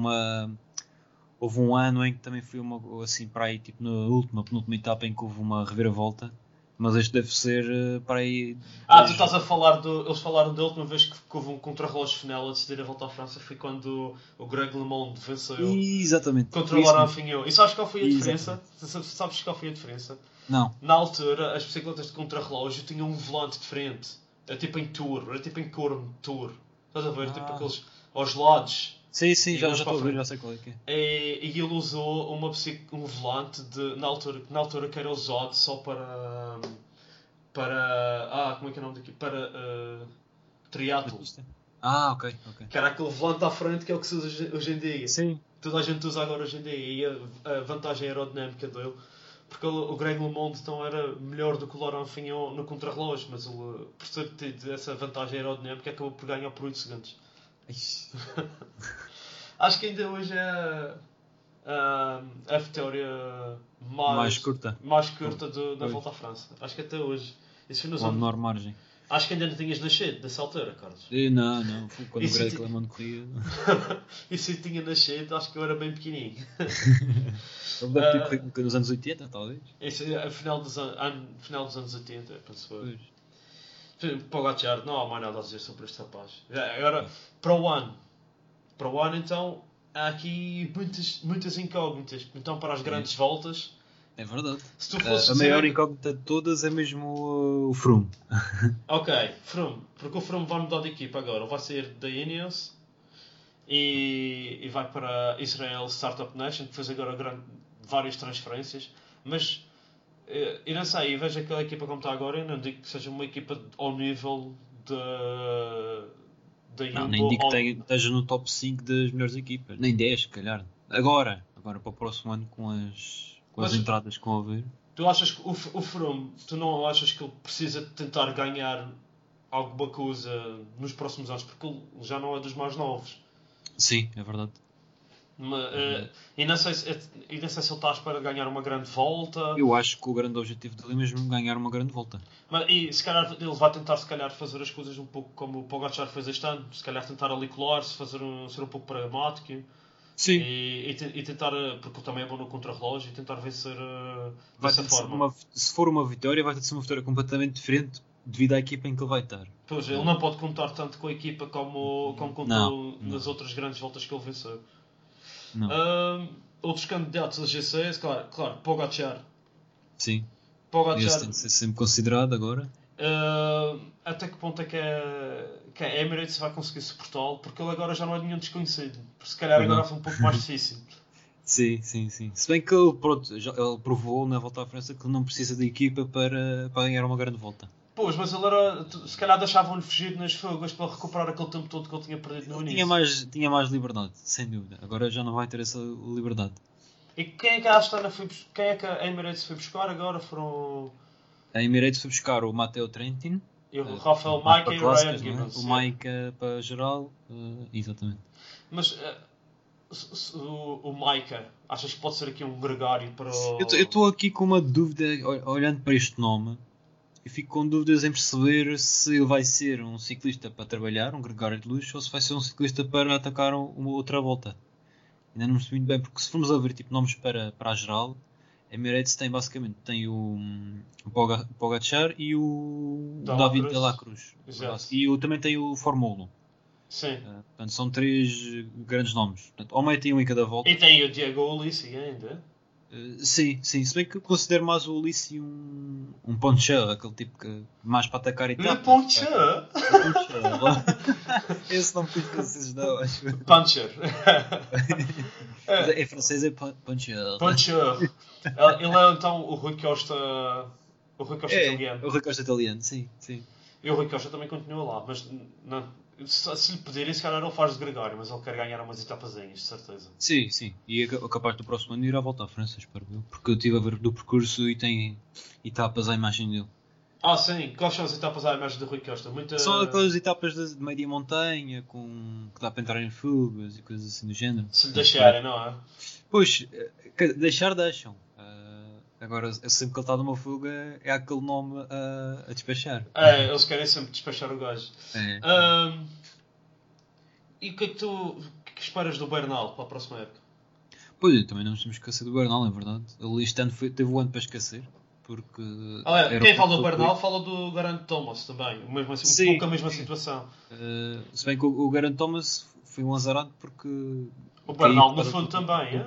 um ano em que também foi assim para aí, tipo na penúltima etapa em que houve uma reviravolta, mas este deve ser para aí. Tu estás a falar eles falaram da última vez que houve um contrarrelógio final a decidir a volta à França, foi quando o Greg LeMond venceu. Exatamente. Contra o Laurent Fignon. E sabes qual foi a diferença? Sabes qual foi a diferença? Não. Na altura, as bicicletas de contrarrelógio tinham um volante diferente. Era tipo em tour, era tipo em corno de tour. Estás a ver? Tipo aqueles aos lados. Sim, já estou a ver, já sei qual é que é. E ele usou um volante na altura que era usado só para como é que é o nome daqui? Para triatlo. Ok. Que era aquele volante à frente que é o que se usa hoje em dia. Sim. Toda a gente usa agora hoje em dia. E a vantagem aerodinâmica dele. Porque o Greg LeMond então era melhor do que o Laurent Fignon no contrarrelógio, mas ele, por ter essa vantagem aerodinâmica, acabou por ganhar por 8 segundos. Acho que ainda hoje é a vitória mais curta da Volta à França. Acho que até hoje. Isso foi nos anos. Menor margem. Acho que ainda não tinhas nascido nessa altura, Carlos. Não. Foi quando o Greg LeMond corria. E se eu tinha nascido, acho que eu era bem pequenininho. Ele deve ter corrido nos anos 80, talvez. Isso é final dos anos 80, penso eu. Pogacar, não há mais nada a dizer sobre este rapaz. Agora, para o ano então, há aqui muitas incógnitas. Então, para as grandes voltas... É verdade. Se tu fosse a maior incógnita de todas é mesmo o Froome. Ok, Froome. Porque o Froome vai mudar de equipa agora. Vai sair da Ineos e vai para Israel Startup Nation, que fez agora várias transferências. Mas, eu não sei, vejo aquela equipa como está agora e não digo que seja uma equipa ao nível da Não, nem digo que esteja no top 5 das melhores equipas. Nem 10, se calhar. Agora para o próximo ano com as entradas que vão haver. Tu achas que o Froome, tu não achas que ele precisa de tentar ganhar alguma coisa nos próximos anos? Porque ele já não é dos mais novos. Sim, é verdade. E não sei se ele está à espera de ganhar uma grande volta. Eu acho que o grande objetivo dele é mesmo ganhar uma grande volta. E se calhar ele vai tentar fazer as coisas um pouco como o Pogacar fez este ano. Se calhar tentar ali colar-se, ser um pouco pragmático. Sim. E tentar, porque ele também é bom no contrarrelógio, e tentar vencer dessa forma. Se for uma vitória, vai ter de ser uma vitória completamente diferente devido à equipa em que ele vai estar. Pois, ele não pode contar tanto com a equipa como contou nas outras grandes voltas que ele venceu. Outros candidatos a GC, claro, Pogacar. Sim. Esse tem de ser sempre considerado agora. Até que ponto é que a Emirates vai conseguir suportá-lo? Porque ele agora já não é nenhum desconhecido. Se calhar agora foi um pouco mais difícil. Sim. Se bem que ele provou na volta à França que ele não precisa de equipa para ganhar uma grande volta. Pois, mas ele se calhar deixavam-lhe fugir nas fugas para recuperar aquele tempo todo que ele tinha perdido no início. Tinha mais liberdade, sem dúvida. Agora já não vai ter essa liberdade. E quem é que a Astana quem é que a Emirates foi buscar agora? A Emirates foi buscar o Matteo Trentin. E o Rafael Maika e o Ryan Gibbons. O Maika para geral, exatamente. Mas o Maika, achas que pode ser aqui um gregário para o... Eu estou aqui com uma dúvida, olhando para este nome, e fico com dúvidas em perceber se ele vai ser um ciclista para trabalhar, um gregário de luxo, ou se vai ser um ciclista para atacar uma outra volta. Ainda não me percebi muito bem, porque se formos a ver tipo, nomes para a geral, a Emirates tem o Pogacar e o David de la Cruz. E também tem o Formolo. Sim. Portanto, são 3 grandes nomes. Portanto, ao meio tem um em cada volta. E tem o Diego Ulissi ainda. Sim. Se bem que eu considero mais o Ulissi um poncheur, aquele tipo que mais para atacar e tal. Le poncheur? Esse não fui francês, não, acho. Puncher. Em francês é poncheur. Poncheur. Ele é então o Rui Costa. O Rui Costa italiano. O Rui Costa italiano, sim. E o Rui Costa também continua lá, mas não. Se lhe pedirem, se calhar ele faz de gregário, mas ele quer ganhar umas etapazinhas, de certeza. Sim. E é capaz do próximo ano ir à volta à França, espero eu. Porque eu estive a ver do percurso e tem etapas à imagem dele. Sim. Quais são as etapas à imagem do Rui Costa? São aquelas etapas de meia montanha, que dá para entrar em fugas e coisas assim do género. Se lhe deixarem, não é? Pois, deixam. Agora, sempre que ele está numa fuga, é aquele nome a despachar. Eles querem sempre despachar o gajo. E o que é que esperas do Bernal para a próxima época? Pois, também não nos temos esquecer do Bernal, é verdade. Ele este ano teve o ano para esquecer. Porque quem fala do Bernal fala do Geraint Thomas também. Um pouco a mesma situação. Se bem que o Geraint Thomas foi um azarado porque... O Bernal no fundo também,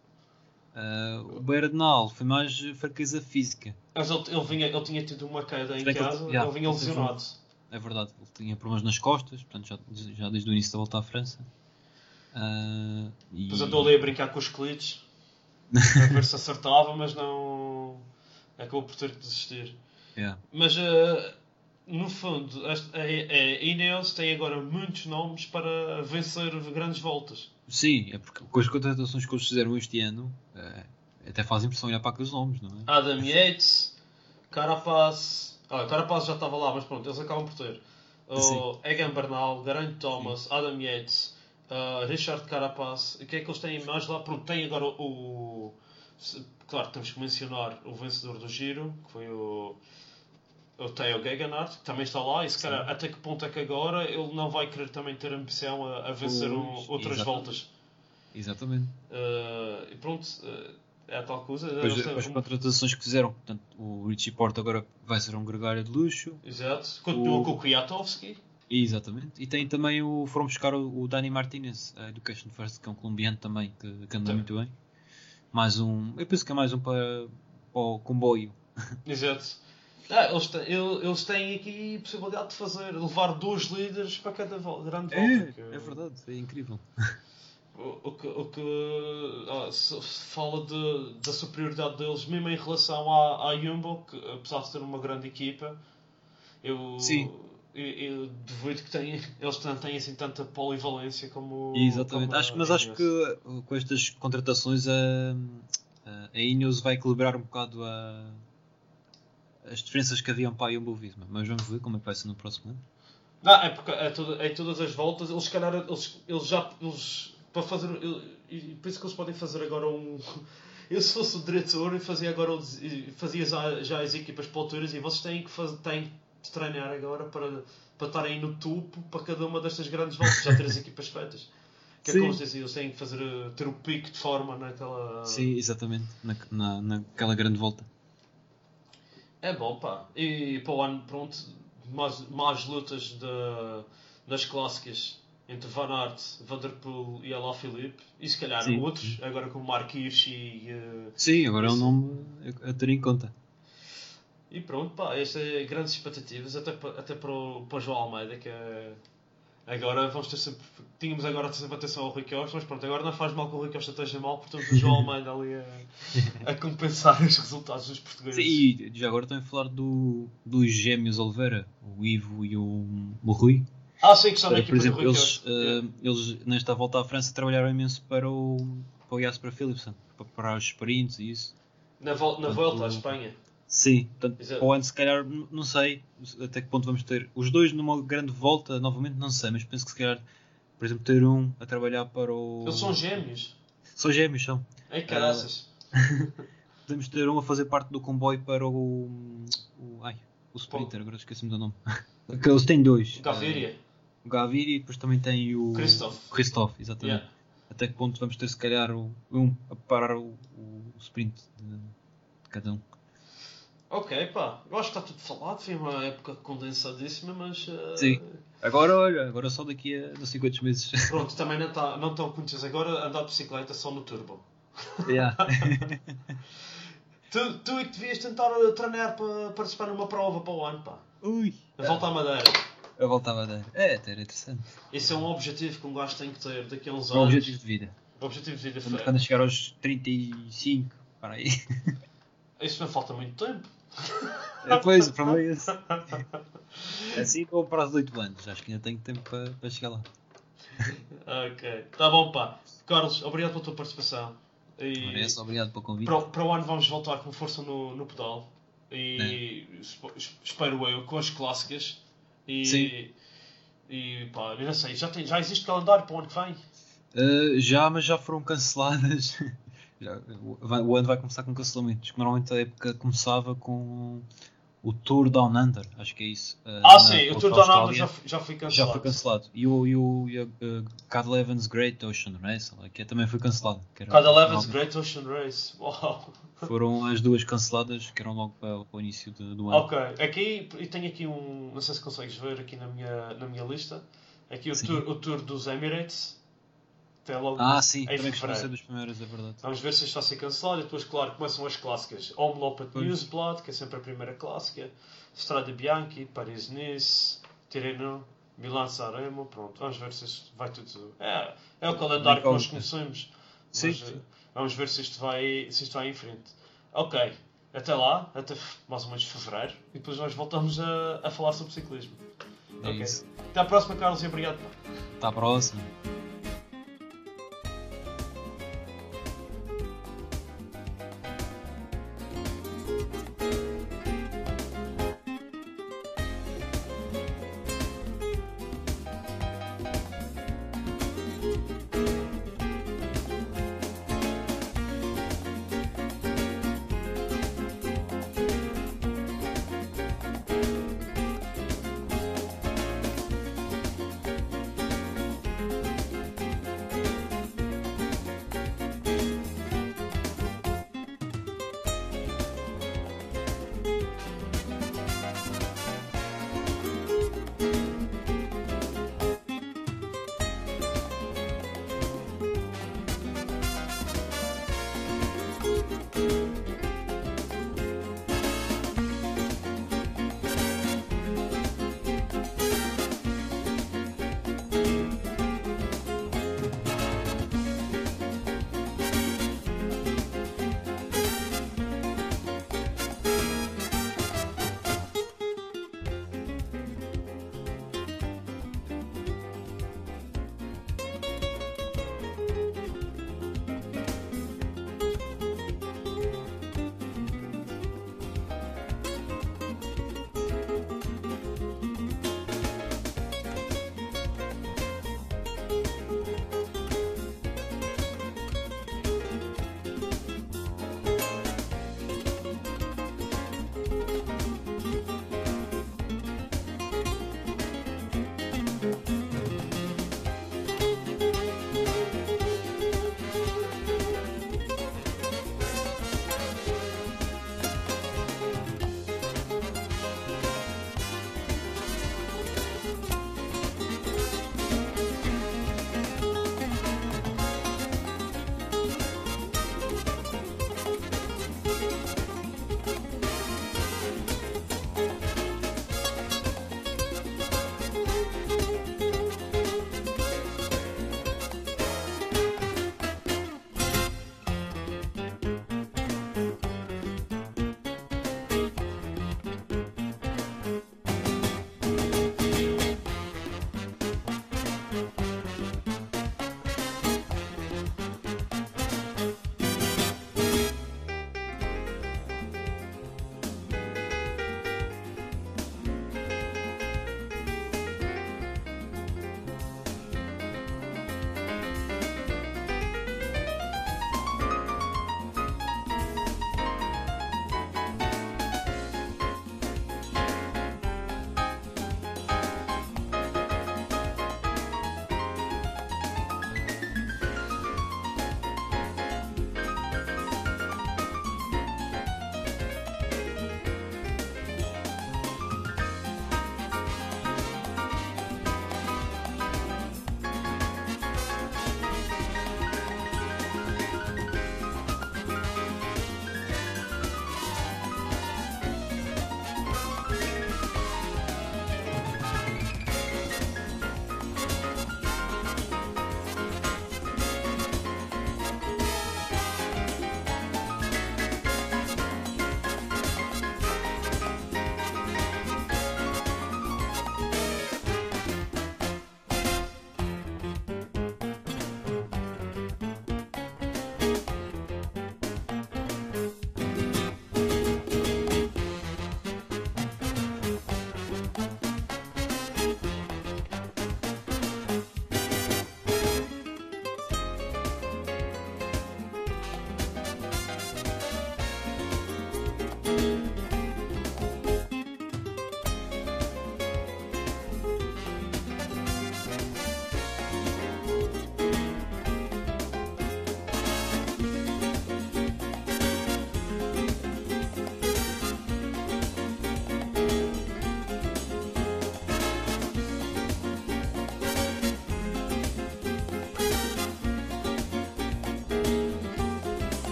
o Bernal foi mais fraqueza física. Mas ele tinha tido uma queda em casa, ele vinha lesionado. É verdade, ele tinha problemas nas costas, portanto já desde o início da volta à França. Depois andou ali a brincar com os colites, a ver se acertava, mas não... Acabou por ter que desistir. Mas, no fundo, a Ineos tem agora muitos nomes para vencer grandes voltas. Sim, é porque com as contratações que eles fizeram este ano, até faz impressão olhar para aqueles nomes, não é? Adam Yates, Carapaz... Carapaz já estava lá, mas pronto, eles acabam por ter. Egan Bernal, Geraint Thomas, Adam Yates, Richard Carapaz. O que é que eles têm mais lá? Pronto, tem agora o... Claro, temos que mencionar o vencedor do Giro, que foi o Theo Gegenhardt, que também está lá, e se calhar até que ponto é que agora ele não vai querer também ter ambição a vencer outras voltas. Exatamente. E pronto, É a tal coisa. As contratações que fizeram, portanto, o Richie Porte agora vai ser um gregário de luxo. Exato. Continua com o Kwiatkowski. Exatamente. E tem também foram buscar o Dani Martinez, a Education First, que é um colombiano também, que anda muito bem. Mais um, eu penso que é mais um para o comboio. Exato. Eles têm aqui a possibilidade de levar 2 líderes para cada grande volta. É verdade, é incrível. O que se fala da superioridade deles, mesmo em relação à Jumbo, que apesar de ter uma grande equipa, eu duvido que eles têm assim tanta polivalência como. Exatamente, como acho que com estas contratações a Ineos vai equilibrar um bocado as diferenças que haviam para a Jumbo Visma, mas vamos ver como é que vai ser no próximo ano. Não, é porque em todas as voltas eles para fazer. Por isso que eles podem fazer agora eu se fosse o diretor e fazia já as equipas para alturas e vocês têm de treinar agora para estarem no topo para cada uma destas grandes voltas, já ter as equipas feitas. Que é como eles diziam, eles têm que ter o pico de forma naquela. Sim, exatamente, naquela grande volta. É bom, pá. E para o ano, pronto, mais lutas das clássicas entre Van Aert, Van der Poel e Alaphilippe. E se calhar outros, agora com o Mark Hirschi e... Sim, agora é um nome a ter em conta. E pronto, pá, estas grandes expectativas, até para o João Almeida, que é... Agora vamos ter sempre... Tínhamos agora sempre atenção ao Rui Costa, mas pronto, agora não faz mal que o Rui Costa esteja mal, portanto o João Almeida ali a compensar os resultados dos portugueses. Sim, e já agora estão a falar dos gêmeos Oliveira, o Ivo e o Rui. Sim, que estão na equipa do Rui Costa. Eles nesta volta à França trabalharam imenso para o Jasper Philipsen, para parar os sprints e isso. Na volta à Espanha. Sim, portanto, ou antes se calhar, não sei até que ponto vamos ter os dois numa grande volta, novamente não sei, mas penso que se calhar, por exemplo, ter um a trabalhar para o... Eles são gêmeos? São gêmeos, são. Ei, caraças. Podemos ter um a fazer parte do comboio para o Sprinter, agora esqueci-me do nome. Eles têm 2. O Gaviria. O Gaviria e depois também tem o... Christophe, exatamente. Yeah. Até que ponto vamos ter se calhar um a parar o sprint de cada um. Ok, pá, eu acho que está tudo falado, foi uma época condensadíssima, mas... Sim, agora só daqui a 50 meses. Pronto, também não estão conhecidos agora andar de bicicleta só no turbo. Yeah. tu é que devias tentar treinar para participar numa prova para o ano, pá. Ui. A volta à Madeira. A volta à Madeira. Até era interessante. Esse é um objetivo que um gajo tem que ter daqui a uns anos. É um objetivo de vida. Objetivo de vida. Quando chegar aos 35, para aí. Isso não falta muito tempo. Pois, o problema é esse. Assim com o prazo de 8 anos. Acho que ainda tenho tempo para chegar lá. Ok, tá bom, pá. Carlos, obrigado pela tua participação. Obrigado pelo convite. Para o ano vamos voltar com força no pedal. E espero eu com as clássicas. Sim. E pá, eu não sei, já existe calendário para o ano que vem? Mas já foram canceladas. O ano vai começar com cancelamentos. Normalmente a época começava com o Tour Down Under, acho que é isso. Sim, o Tour Down Under já foi cancelado. Já foi cancelado. E o Cadel Evans Great Ocean Race, que também foi cancelado. Cadel Evans Great Ocean Race, uau! Foram as duas canceladas, que eram logo para o início do ano. Ok, aqui eu tenho aqui não sei se consegues ver aqui na minha lista, aqui o tour dos Emirates. Logo sim, também costuma ser das primeiras, é verdade. Vamos ver se isto vai ser cancelado e depois, claro, começam as clássicas. Omloop Newsblad, que é sempre a primeira clássica, Strade Bianchi, Paris-Nice, Tirreno, Milan-San Remo, pronto, vamos ver se isto vai tudo... É o calendário que nós conhecemos. Sim. Vamos ver se isto vai em frente. Ok, até lá, até mais ou menos fevereiro, e depois nós voltamos a falar sobre ciclismo. É isso. Até à próxima, Carlos, e obrigado. Até à próxima.